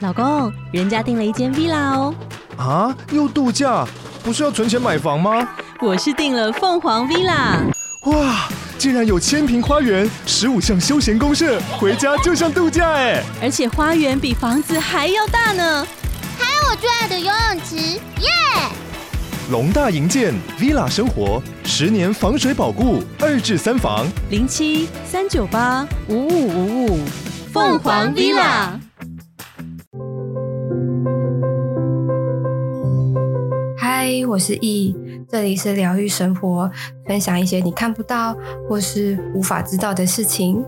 老公，人家订了一间 villa 哦。 啊，又度假？不是要存钱买房吗？ 我是订了凤凰 villa。 哇，竟然有1000坪花园，15项休闲公社，回家就像度假哎！ 而且花园比房子还要大呢。 还有我最爱的游泳池，耶！ 龙大营建 villa 生活，10年防水保固，2至3房 07-398-5555，凤凰 villa。 嗨，我是易，这里是疗愈生活，分享一些你看不到或是无法知道的事情。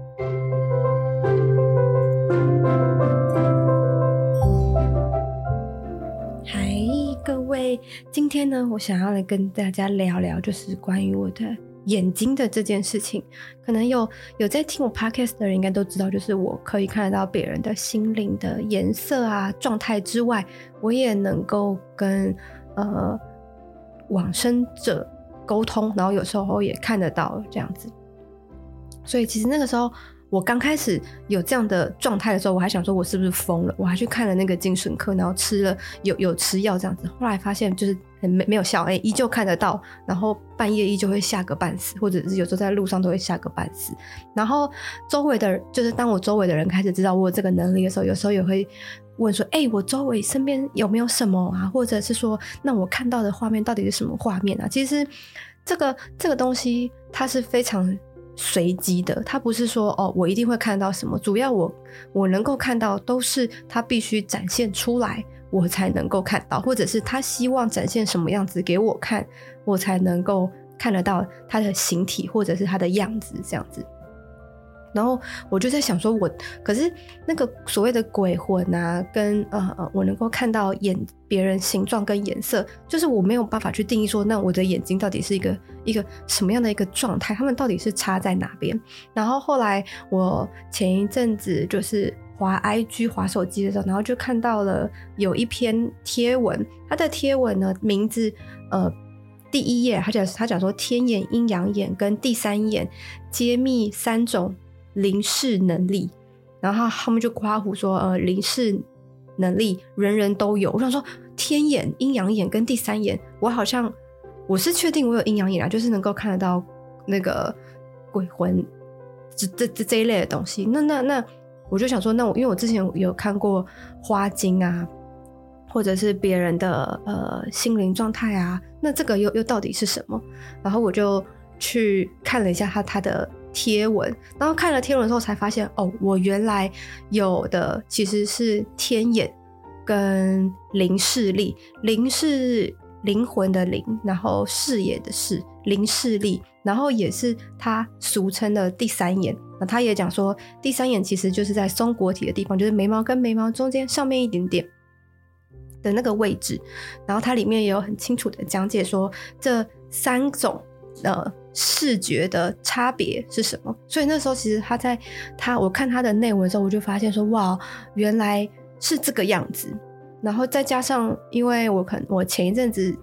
嗨，各位，今天呢，我想要来跟大家聊聊，就是关于我的眼睛的这件事情。可能有在听我 podcast 的人应该都知道，就是我可以看得到别人的心灵的颜色啊状态之外，我也能够跟往生者沟通，然后有时候也看得到这样子。所以其实那个时候我刚开始有这样的状态的时候，我还想说我是不是疯了，我还去看了那个精神科，然后吃了有吃药这样子。后来发现就是没有效，依旧看得到，然后半夜依旧会吓个半死，或者是有时候在路上都会吓个半死。然后周围的就是当我周围的人开始知道我有这个能力的时候，有时候也会问说我周围身边有没有什么啊，或者是说那我看到的画面到底是什么画面啊。其实这个东西它是非常随机的，它不是说我一定会看到什么，主要我能够看到都是它必须展现出来我才能够看到，或者是他希望展现什么样子给我看，我才能够看得到他的形体或者是他的样子这样子。然后我就在想说可是那个所谓的鬼魂啊，跟我能够看到别人形状跟颜色，就是我没有办法去定义说那我的眼睛到底是一个什么样的一个状态，他们到底是差在哪边。然后后来我前一阵子就是滑 IG 滑手机的时候，然后就看到了有一篇贴文，他的贴文呢名字第一页他讲说天眼、阴阳眼跟第三眼揭秘3种灵视能力，然后他们就夸胡说灵视能力人人都有。我想说天眼、阴阳眼跟第三眼，我是确定我有阴阳眼啊，就是能够看得到那个鬼魂这一类的东西。那我就想说，因为我之前有看过花精啊，或者是别人的心灵状态啊，那这个又到底是什么？然后我就去看了一下他的贴文，然后看了贴文之后才发现我原来有的其实是天眼跟灵视力。灵是灵魂的灵，然后视野的视，灵视力，然后也是他俗称的第三眼。那他也讲说第三眼其实就是在松果体的地方，就是眉毛跟眉毛中间上面一点点的那个位置。然后它里面也有很清楚的讲解说这3种视觉的差别是什么。所以那时候其实我看他的内文的时候，我就发现说哇，原来是这个样子。然后再加上因为我前一阵子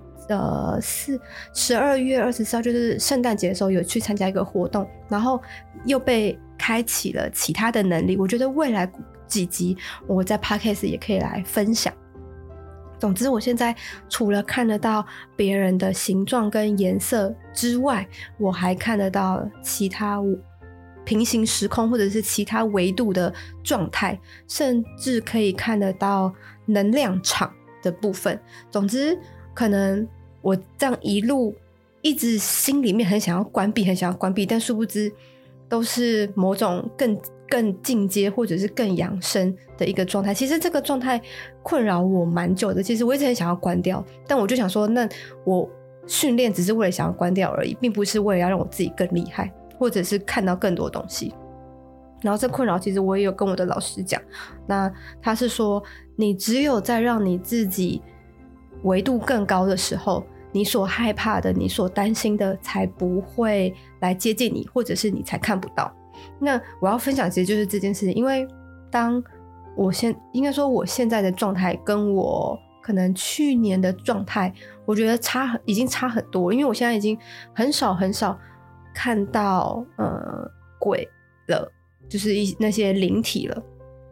12月24号就是圣诞节的时候有去参加一个活动，然后又被开启了其他的能力。我觉得未来几集我在 podcast 也可以来分享。总之我现在除了看得到别人的形状跟颜色之外，我还看得到其他平行时空或者是其他维度的状态，甚至可以看得到能量场的部分。总之可能我这样一路一直心里面很想要关闭，但殊不知都是某种更进阶或者是更养生的一个状态。其实这个状态困扰我蛮久的，其实我一直很想要关掉，但我就想说那我训练只是为了想要关掉而已，并不是为了要让我自己更厉害或者是看到更多东西。然后这困扰其实我也有跟我的老师讲，那他是说你只有在让你自己维度更高的时候，你所害怕的你所担心的才不会来接近你，或者是你才看不到。那我要分享其实就是这件事情，因为当应该说我现在的状态跟我可能去年的状态，我觉得已经差很多，因为我现在已经很少看到鬼了，就是那些灵体了。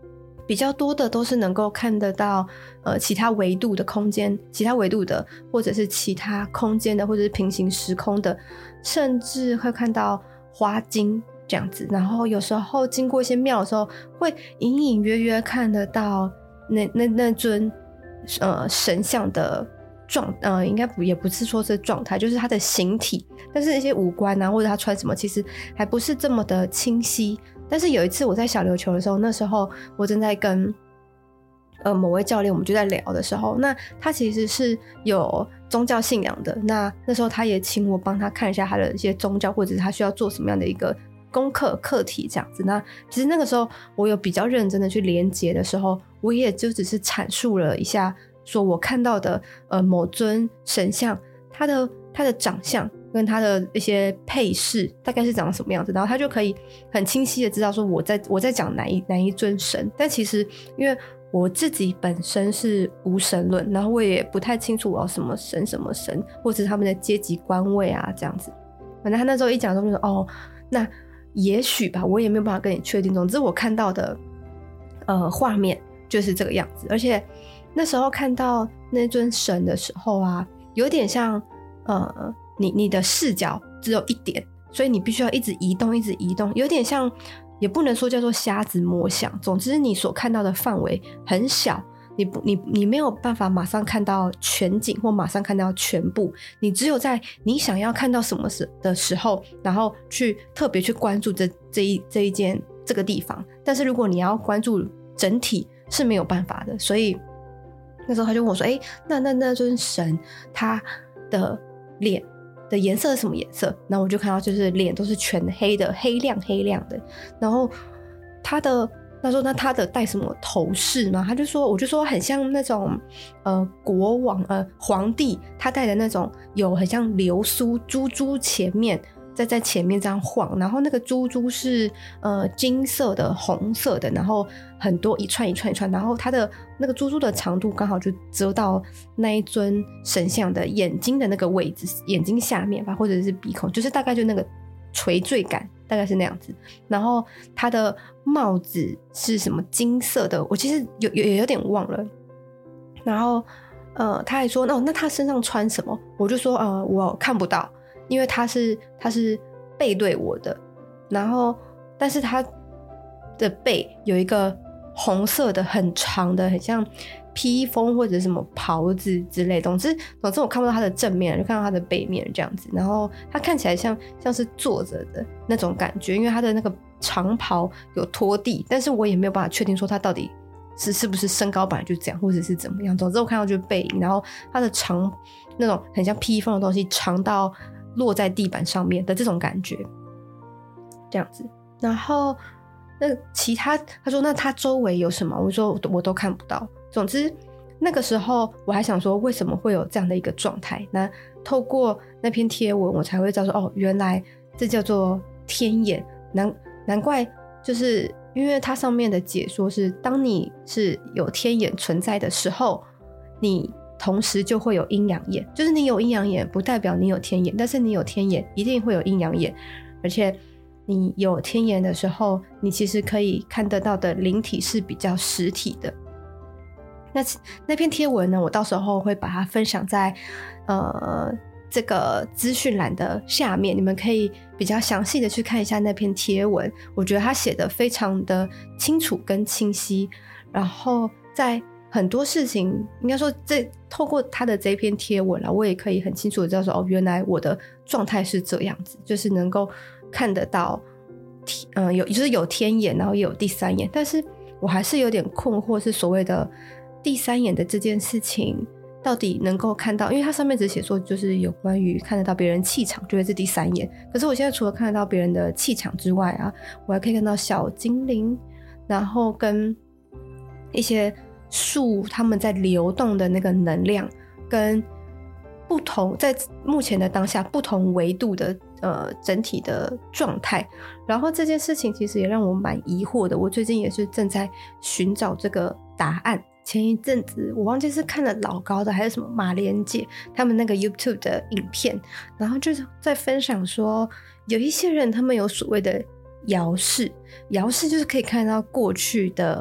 比较多的都是能够看得到其他维度的空间，其他维度的或者是其他空间的或者是平行时空的，甚至会看到花精这样子。然后有时候经过一些庙的时候，会隐隐约约看得到那尊神像的应该也不是说是状态，就是他的形体，但是一些五官啊或者他穿什么其实还不是这么的清晰。但是有一次我在小琉球的时候，那时候我正在跟某位教练我们就在聊的时候，那他其实是有宗教信仰的，那时候他也请我帮他看一下他的一些宗教或者是他需要做什么样的一个功课课题这样子。那其实那个时候我有比较认真的去连结的时候，我也就只是阐述了一下说我看到的某尊神像他的长相跟他的一些配饰大概是长什么样子，然后他就可以很清晰的知道说我在讲哪一尊神。但其实因为我自己本身是无神论，然后我也不太清楚我要什么神或者是他们的阶级官位啊这样子。反正他那时候一讲的时候就说那也许吧，我也没有办法跟你确定。总之我看到的画面就是这个样子。而且那时候看到那尊神的时候啊，有点像你的视角只有一点，所以你必须要一直移动，有点像，也不能说叫做瞎子摸象。总之你所看到的范围很小，你没有办法马上看到全景或马上看到全部，你只有在你想要看到什么的时候，然后特别去关注这一件这个地方。但是如果你要关注整体是没有办法的。所以那时候他就问我说那尊神他的脸的颜色是什么颜色？然后我就看到就是脸都是全黑的，黑亮的。然后他说那他的戴什么头饰吗？我就说很像那种国王皇帝他戴的那种，有很像流苏珠前面在前面这样晃，然后那个珠是金色的红色的，然后很多一串，然后它的那个珠的长度刚好就遮到那一尊神像的眼睛的那个位置，眼睛下面吧，或者是鼻孔，就是大概就那个垂坠感大概是那样子。然后它的帽子是什么金色的，我其实也有点忘了。然后他还说那他身上穿什么？我就说我看不到，因为他是背对我的，然后但是他的背有一个红色的很长的很像披风或者什么袍子之类的，总之我看不到他的正面，就看到他的背面这样子。然后他看起来像是坐着的那种感觉，因为他的那个长袍有拖地，但是我也没有办法确定说他到底是不是身高本来就这样或者是怎么样。总之我看到就是背影，然后他的长那种很像披风的东西长到落在地板上面的这种感觉这样子。然后那其他他说那他周围有什么？我说我都看不到。总之那个时候我还想说为什么会有这样的一个状态，那透过那篇贴文我才会知道说原来这叫做天眼。难怪，就是因为它上面的解说是当你是有天眼存在的时候，你同时就会有阴阳眼，就是你有阴阳眼不代表你有天眼，但是你有天眼一定会有阴阳眼。而且你有天眼的时候，你其实可以看得到的灵体是比较实体的。那篇贴文呢，我到时候会把它分享在这个资讯栏的下面，你们可以比较详细的去看一下那篇贴文。我觉得他写的非常的清楚跟清晰，然后在很多事情应该说透过他的这篇贴文我也可以很清楚的知道说原来我的状态是这样子，就是能够看得到就是有天眼，然后也有第三眼。但是我还是有点困惑，是所谓的第三眼的这件事情到底能够看到，因为它上面只写说就是有关于看得到别人气场就会是第三眼。可是我现在除了看得到别人的气场之外我还可以看到小精灵，然后跟一些树他们在流动的那个能量，跟不同在目前的当下不同维度的整体的状态。然后这件事情其实也让我蛮疑惑的，我最近也是正在寻找这个答案。前一阵子我忘记是看了老高的还是什么马连姐他们那个 YouTube 的影片，然后就是在分享说有一些人他们有所谓的遥视就是可以看到过去的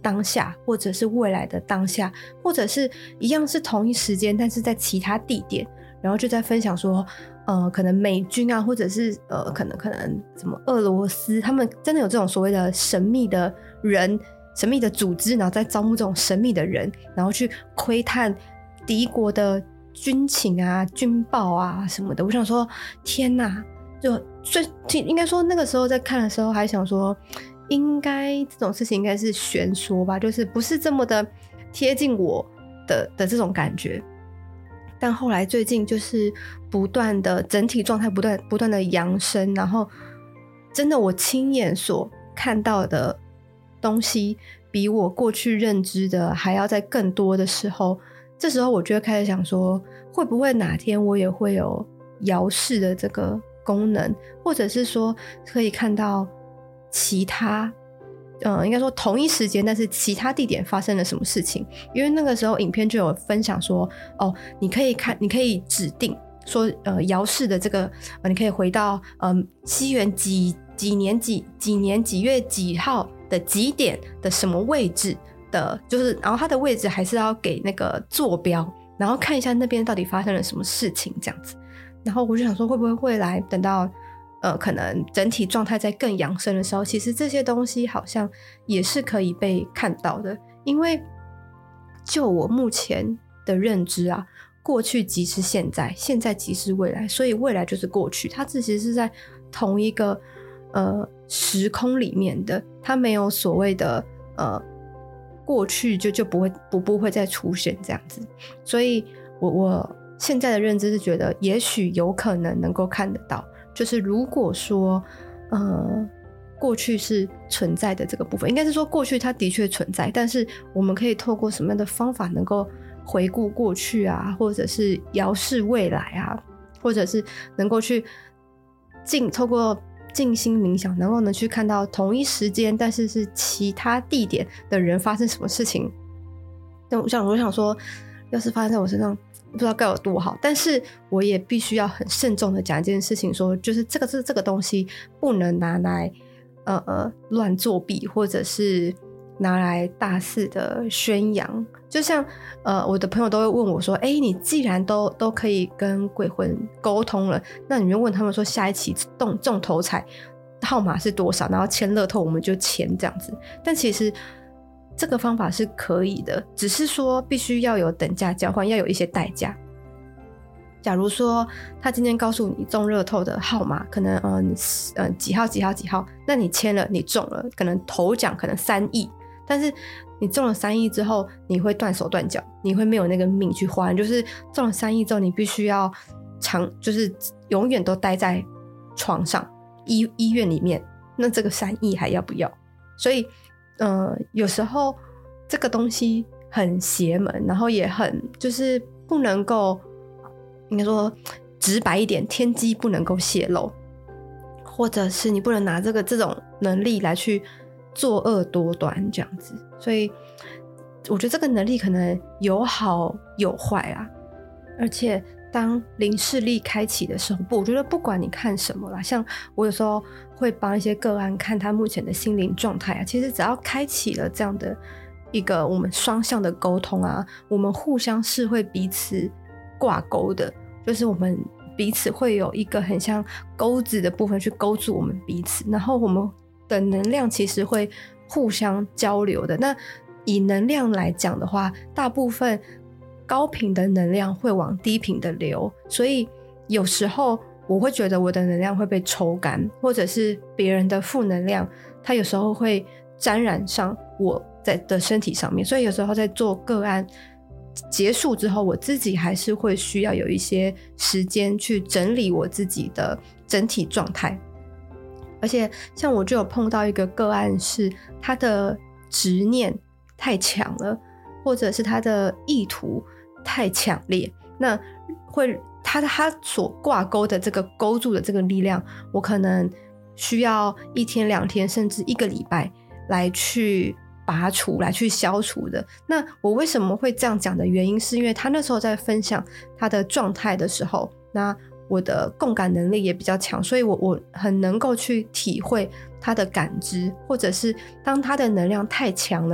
当下，或者是未来的当下，或者是一样是同一时间，但是在其他地点，然后就在分享说可能美军啊，或者是可能什么俄罗斯，他们真的有这种所谓的神秘的人、神秘的组织，然后在招募这种神秘的人，然后去窥探敌国的军情啊、军报啊什么的。我想说，天哪！所以应该说那个时候在看的时候，还想说，应该这种事情应该是玄说吧，就是不是这么的贴近我的这种感觉。但后来最近就是不断的整体状态不断的扬升，然后真的我亲眼所看到的东西比我过去认知的还要再更多的时候，这时候我就会开始想说，会不会哪天我也会有遥视的这个功能，或者是说可以看到其他应该说同一时间但是其他地点发生了什么事情。因为那个时候影片就有分享说你可以指定说遥视的这个你可以回到西元几年几月几号的几点的什么位置的，就是然后它的位置还是要给那个坐标，然后看一下那边到底发生了什么事情这样子。然后我就想说，会不会未来等到可能整体状态在更扬升的时候，其实这些东西好像也是可以被看到的。因为就我目前的认知啊，过去即是现在，现在即是未来，所以未来就是过去，它其实是在同一个时空里面的，它没有所谓的过去就不会再出现这样子。所以我现在的认知是觉得也许有可能够看得到，就是如果说过去是存在的这个部分，应该是说过去它的确存在，但是我们可以透过什么样的方法能够回顾过去啊，或者是遥视未来啊，或者是能够去透过静心冥想能去看到同一时间但是是其他地点的人发生什么事情。但我想说，要是发生在我身上不知道该有多好，但是我也必须要很慎重的讲一件事情，说就是这个东西不能拿来乱作弊，或者是拿来大肆的宣扬。就像我的朋友都会问我说，你既然都可以跟鬼魂沟通了，那你就问他们说下一期中头彩号码是多少，然后签乐透我们就签这样子。但其实这个方法是可以的，只是说必须要有等价交换，要有一些代价。假如说他今天告诉你中乐透的号码可能几号几号几号，那你签了你中了，可能头奖可能3亿，但是你中了3亿之后你会断手断脚，你会没有那个命去还，就是中了3亿之后你必须要就是永远都待在床上医院里面，那这个3亿还要不要？所以有时候这个东西很邪门，然后也很就是不能够，应该说直白一点，天机不能够泄露，或者是你不能拿这种能力来去作恶多端这样子。所以我觉得这个能力可能有好有坏啊。而且当灵视力开启的时候，我觉得不管你看什么啦，像我有时候会帮一些个案看他目前的心灵状态啊，其实只要开启了这样的一个我们双向的沟通啊，我们互相是会彼此挂钩的，就是我们彼此会有一个很像钩子的部分去勾住我们彼此，然后我们的能量其实会互相交流的。那以能量来讲的话，大部分高频的能量会往低频的流，所以有时候我会觉得我的能量会被抽干，或者是别人的负能量它有时候会沾染上我的身体上面，所以有时候在做个案结束之后，我自己还是会需要有一些时间去整理我自己的整体状态。而且像我就有碰到一个个案，是他的执念太强了，或者是他的意图太强烈，那会他所挂钩的这个勾住的这个力量，我可能需要1天2天甚至1个礼拜来去拔除，来去消除的。那我为什么会这样讲的原因，是因为他那时候在分享他的状态的时候，那我的共感能力也比较强，所以我很能够去体会他的感知，或者是当他的能量太强了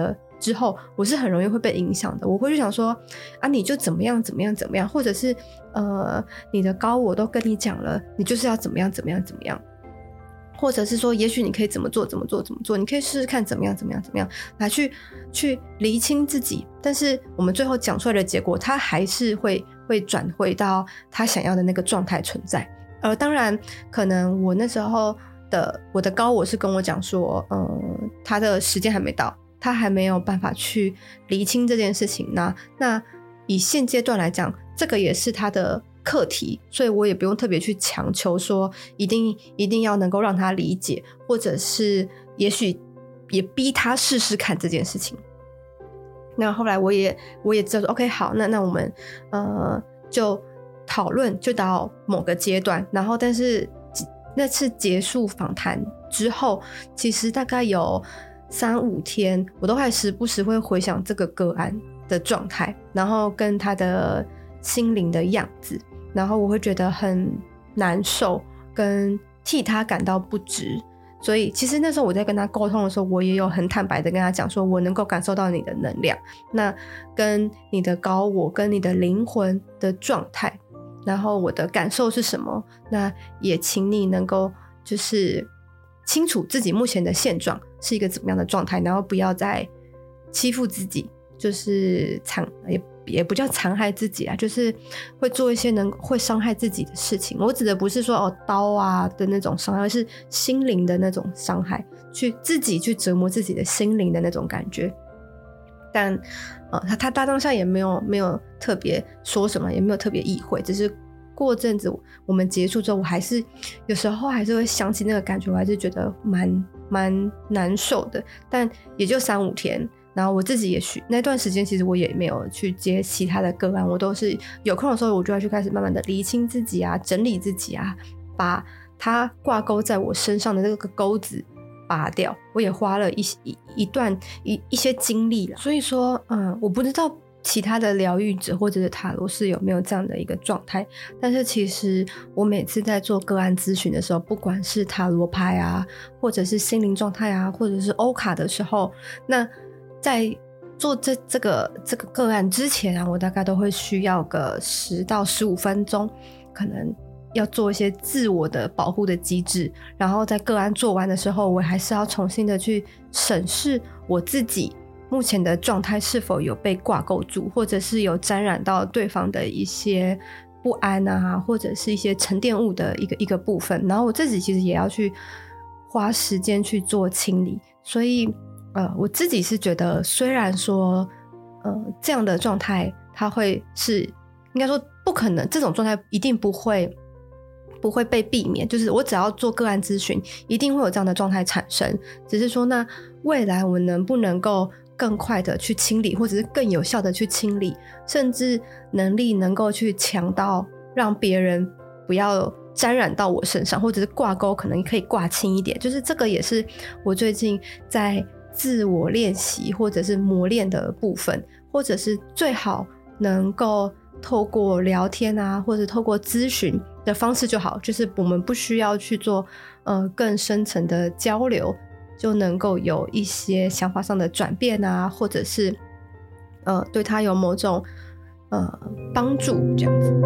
之后，我是很容易会被影响的。我会去想说啊，你就怎么样怎么样怎么样，或者是你的高我都跟你讲了，你就是要怎么样怎么样怎么样，或者是说也许你可以怎么做怎么做怎么做，你可以试试看怎么样怎么样怎么样来去厘清自己。但是我们最后讲出来的结果，他还是会转回到他想要的那个状态存在。当然可能我那时候我的高我是跟我讲说他的时间还没到，他还没有办法去厘清这件事情。那以现阶段来讲，这个也是他的课题，所以我也不用特别去强求说一定要能够让他理解，或者是也许也逼他试试看这件事情。那后来我也知道说 OK 好，那我们就讨论就到某个阶段，然后但是那次结束访谈之后，其实大概有3-5天我都还时不时会回想这个个案的状态，然后跟他的心灵的样子，然后我会觉得很难受跟替他感到不值。所以其实那时候我在跟他沟通的时候，我也有很坦白的跟他讲说，我能够感受到你的能量，那跟你的高我跟你的灵魂的状态，然后我的感受是什么，那也请你能够就是清楚自己目前的现状是一个怎么样的状态，然后不要再欺负自己，就是也不叫残害自己啊，就是会做一些会伤害自己的事情。我指的不是说刀啊的那种伤害，而是心灵的那种伤害，自己去折磨自己的心灵的那种感觉。但他当下也没有特别说什么，也没有特别意会，只是过阵子我们结束之后，我还是有时候还是会想起那个感觉，我还是觉得蛮难受的。但也就3-5天，然后我自己也那段时间其实我也没有去接其他的个案，我都是有空的时候我就要去开始慢慢的厘清自己啊，整理自己啊，把它挂钩在我身上的那个钩子拔掉。我也花了一些精力啦。所以说我不知道其他的疗愈者或者是塔罗师有没有这样的一个状态，但是其实我每次在做个案咨询的时候，不管是塔罗牌啊，或者是心灵状态啊，或者是欧卡的时候，那在做这个个案之前啊，我大概都会需要个10到15分钟，可能要做一些自我的保护的机制，然后在个案做完的时候，我还是要重新的去审视我自己目前的状态是否有被挂钩住，或者是有沾染到对方的一些不安啊，或者是一些沉淀物的一个部分，然后我自己其实也要去花时间去做清理。所以我自己是觉得，虽然说这样的状态它会是应该说不可能，这种状态一定不会被避免，就是我只要做个案咨询一定会有这样的状态产生，只是说那未来我能不能够更快的去清理，或者是更有效的去清理，甚至能力能够去强到让别人不要沾染到我身上，或者是挂钩可能可以挂轻一点，就是这个也是我最近在自我练习或者是磨练的部分，或者是最好能够透过聊天啊，或者透过咨询的方式就好，就是我们不需要去做更深层的交流，就能够有一些想法上的转变啊，或者是对他有某种帮助这样子。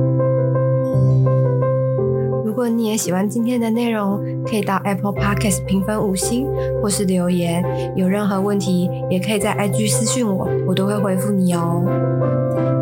如果你也喜欢今天的内容，可以到 Apple Podcast 评分5星或是留言，有任何问题也可以在 IG 私讯我，我都会回复你哦。